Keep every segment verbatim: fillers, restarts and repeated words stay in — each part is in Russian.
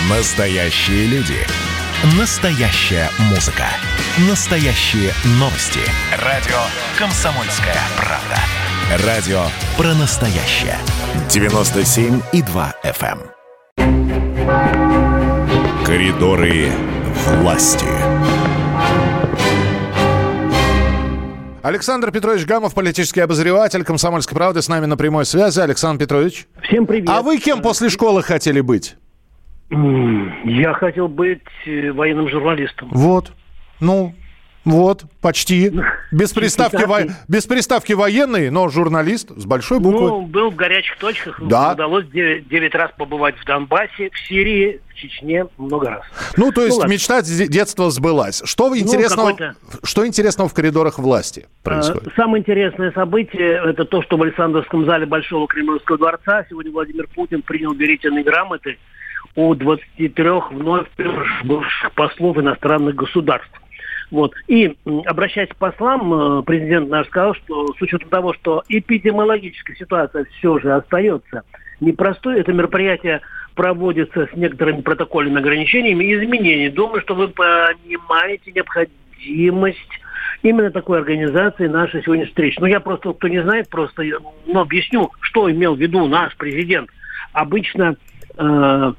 Настоящие люди. Настоящая музыка. Настоящие новости. Радио «Комсомольская правда». Радио про настоящее. девяносто семь и два эф эм. Коридоры власти. Александр Петрович Гамов, политический обозреватель «Комсомольской правды», с нами на прямой связи. Александр Петрович. Всем привет. А вы кем после школы хотели быть? Я хотел быть военным журналистом. Вот. Ну, вот, почти. Без приставки, во... Без приставки военный, но журналист с большой буквы. Ну, был в горячих точках. Да. Удалось девять раз побывать в Донбассе, в Сирии, в Чечне много раз. Ну, то есть ну, мечта с детства сбылась. Что интересного, ну, что интересного в коридорах власти происходит? Самое интересное событие – это то, что в Александровском зале Большого Кремлевского дворца сегодня Владимир Путин принял верительные грамоты у двадцати трёх вновь бывших послов иностранных государств. Вот. И, обращаясь к послам, президент наш сказал, что с учетом того, что эпидемиологическая ситуация все же остается непростой, это мероприятие проводится с некоторыми протокольными ограничениями и изменениями. Думаю, что вы понимаете необходимость именно такой организации нашей сегодняшней встречи. Ну, я просто, кто не знает, просто ну, объясню, что имел в виду наш президент. Обычно э,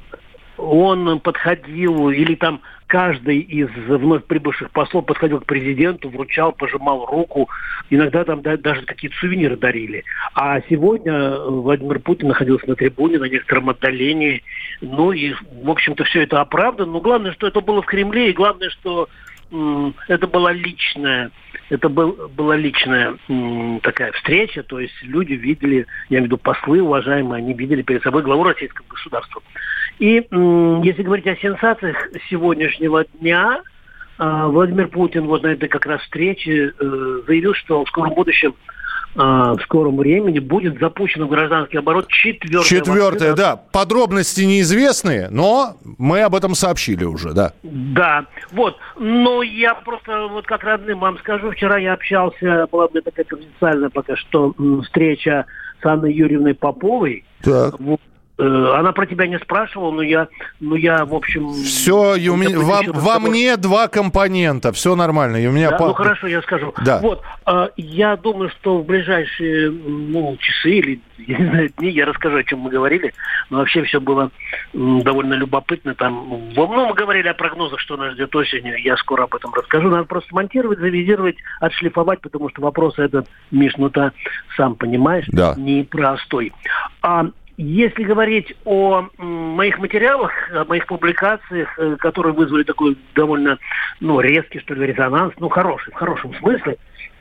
он подходил, или там каждый из вновь прибывших послов подходил к президенту, вручал, пожимал руку, иногда там да, даже какие-то сувениры дарили. А сегодня Владимир Путин находился на трибуне, на некотором отдалении, ну и, в общем-то, все это оправдано. Но главное, что это было в Кремле, и главное, что м- это была личная, это был, была личная м- такая встреча, то есть люди видели, я имею в виду послы уважаемые, они видели перед собой главу российского государства. И м- если говорить о сенсациях сегодняшнего дня, э, Владимир Путин вот на этой как раз встрече э, заявил, что в скором будущем, э, в скором времени будет запущен в гражданский оборот четвертая Четвертая, вакцина. да. Подробности неизвестные, но мы об этом сообщили уже, да. Да, вот. Но я просто вот как родным вам скажу, вчера я общался, была бы такая конфиденциальная пока что м, встреча с Анной Юрьевной Поповой. Так. Вот. Она про тебя не спрашивала, но я, но я в общем... Все, и у меня, во, во мне два компонента, все нормально. И у меня да, по... Ну хорошо, я скажу. Да. Вот, э, я думаю, что в ближайшие ну, часы или я не знаю, дни я расскажу, о чем мы говорили. Но вообще все было м, довольно любопытно. Там во многом мы говорили о прогнозах, что нас ждет осенью. Я скоро об этом расскажу. Надо просто монтировать, завизировать, отшлифовать, потому что вопрос этот, Миш, ну ты сам понимаешь, да. непростой. А если говорить о м, моих материалах, о моих публикациях, э, которые вызвали такой довольно, ну, резкий, что ли, резонанс, ну, хороший, в хорошем смысле,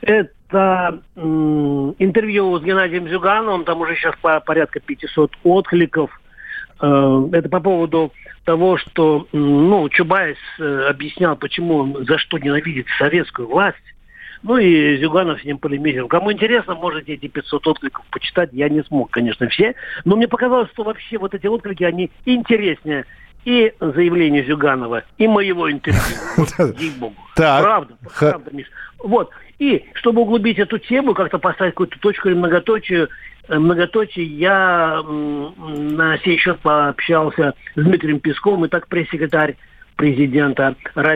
это м, интервью с Геннадием Зюгановым, там уже сейчас по порядка пятьсот откликов. Э, это по поводу того, что, м, ну, Чубайс э, объяснял, почему он за что ненавидит советскую власть. Ну и Зюганов с ним полемизировал. Кому интересно, можете эти пятьсот откликов почитать. Я не смог, конечно, все. Но мне показалось, что вообще вот эти отклики, они интереснее и заявления Зюганова, и моего интервью. Вот, ей-богу. Правда, правда, Миш. Вот. И чтобы углубить эту тему, как-то поставить какую-то точку или многоточие, многоточие, я м, на сей счет пообщался с Дмитрием Песковым, и так пресс-секретарь президента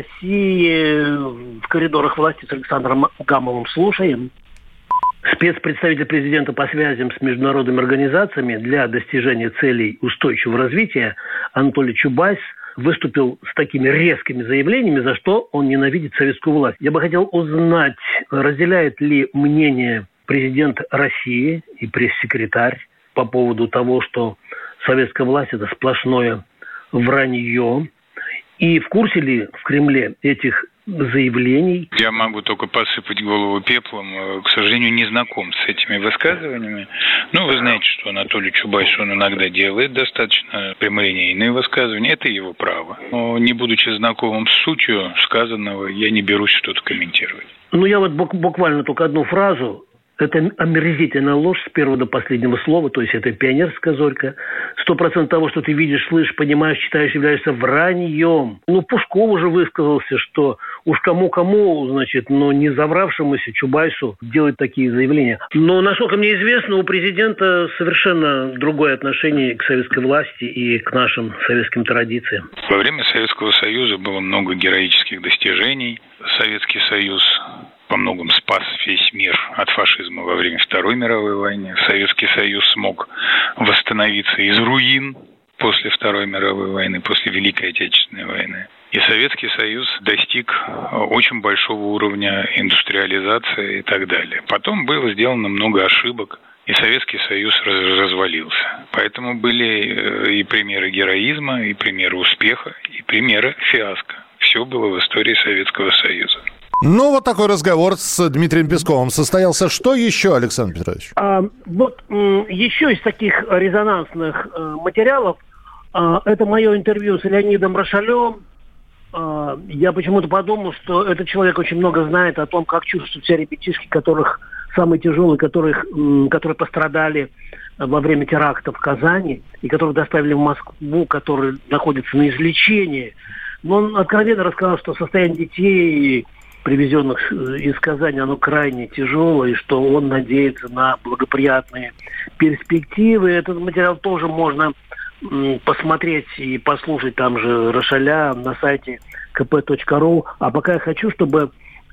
России в коридорах власти с Александром Гамовым. Слушаем. Спецпредставитель президента по связям с международными организациями для достижения целей устойчивого развития Анатолий Чубайс выступил с такими резкими заявлениями, за что он ненавидит советскую власть. Я бы хотел узнать, разделяет ли мнение президент России и пресс-секретарь по поводу того, что советская власть – это сплошное вранье. И в курсе ли в Кремле этих заявлений? Я могу только посыпать голову пеплом. К сожалению, не знаком с этими высказываниями. Ну, вы знаете, что Анатолий Чубайс, он иногда делает достаточно прямолинейные высказывания. Это его право. Но не будучи знакомым с сутью сказанного, я не берусь что-то комментировать. Ну, я вот буквально только одну фразу. Это омерзительная ложь с первого до последнего слова, то есть это пионерская зорька. Сто процентов того, что ты видишь, слышишь, понимаешь, читаешь, является враньем. Ну, Пушков уже высказался, что уж кому-кому, значит, но не завравшемуся Чубайсу делать такие заявления. Но, насколько мне известно, у президента совершенно другое отношение к советской власти и к нашим советским традициям. Во время Советского Союза было много героических достижений. Советский Союз во многом спас весь мир от фашизма во время Второй мировой войны. Советский Союз смог восстановиться из руин после Второй мировой войны, после Великой Отечественной войны. И Советский Союз достиг очень большого уровня индустриализации и так далее. Потом было сделано много ошибок, и Советский Союз развалился. Поэтому были и примеры героизма, и примеры успеха, и примеры фиаско. Все было в истории Советского Союза. Ну, вот такой разговор с Дмитрием Песковым состоялся. Что еще, Александр Петрович? А, вот м, еще из таких резонансных э, материалов а, это мое интервью с Леонидом Рошалем. А, я почему-то подумал, что этот человек очень много знает о том, как чувствуют себя ребятишки, которых самые тяжелые, которых, м, которые пострадали во время теракта в Казани и которых доставили в Москву, которые находятся на излечении. Но он откровенно рассказал, что состояние детей, привезенных из Казани, оно крайне тяжелое, и что он надеется на благоприятные перспективы. Этот материал тоже можно м, посмотреть и послушать там же Рошаля на сайте ка пэ точка ру. А пока я хочу, чтобы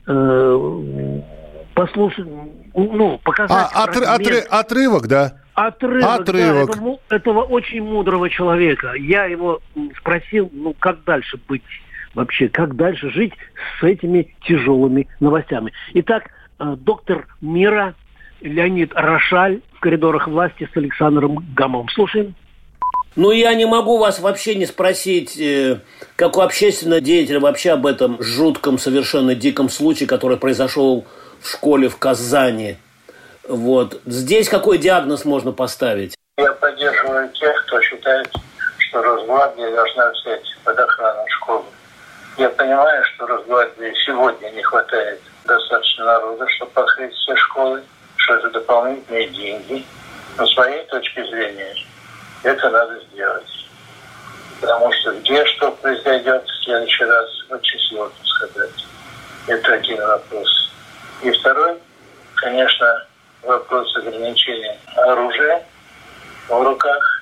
э, послушать, ну, показать... А, отр- отры- отрывок, да? Отрывок, Отрывок. Да, этого, этого очень мудрого человека. Я его спросил, ну, как дальше быть? Вообще, как дальше жить с этими тяжелыми новостями. Итак, доктор мира Леонид Рошаль в коридорах власти с Александром Гамовым. Слушаем. Ну, я не могу вас вообще не спросить, как у общественного деятеля, вообще об этом жутком, совершенно диком случае, который произошел в школе в Казани. Вот. Здесь какой диагноз можно поставить? Я поддерживаю тех, кто считает, что Росгвардия должна взять под охрану школу. Я понимаю, что Росгвардии сегодня не хватает достаточно народа, чтобы покрыть все школы, что это дополнительные деньги. Но с моей точки зрения это надо сделать. Потому что где что произойдет в следующий раз, очень сложно сказать. Это один вопрос. И второй, конечно, вопрос ограничения оружия в руках.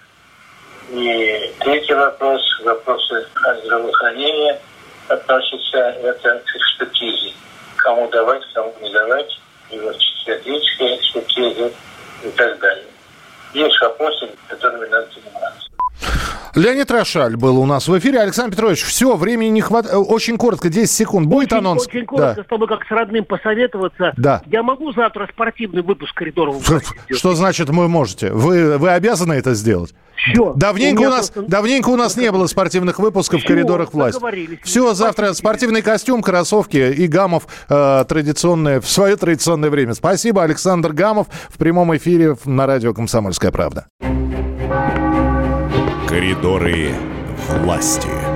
И третий вопрос, вопросы здравоохранения. Относится это к экспертизе. Кому давать, кому не давать, его психиатрическая экспертиза и так далее. Есть вопросы, которыми надо заниматься. Леонид Рошаль был у нас в эфире. Александр Петрович, все, времени не хватает. Очень коротко, десять секунд. Будет очень, анонс? Очень коротко, да. Чтобы как с родным посоветоваться. Да. Я могу завтра спортивный выпуск коридоров. Что значит вы можете? Вы, вы обязаны это сделать? Все. Давненько у, у нас, просто... давненько у нас не было спортивных выпусков Все, в коридорах власти. Все, завтра спортивный костюм, кроссовки и Гамов э, традиционное, в свое традиционное время. Спасибо, Александр Гамов в прямом эфире на радио «Комсомольская правда». Коридоры власти.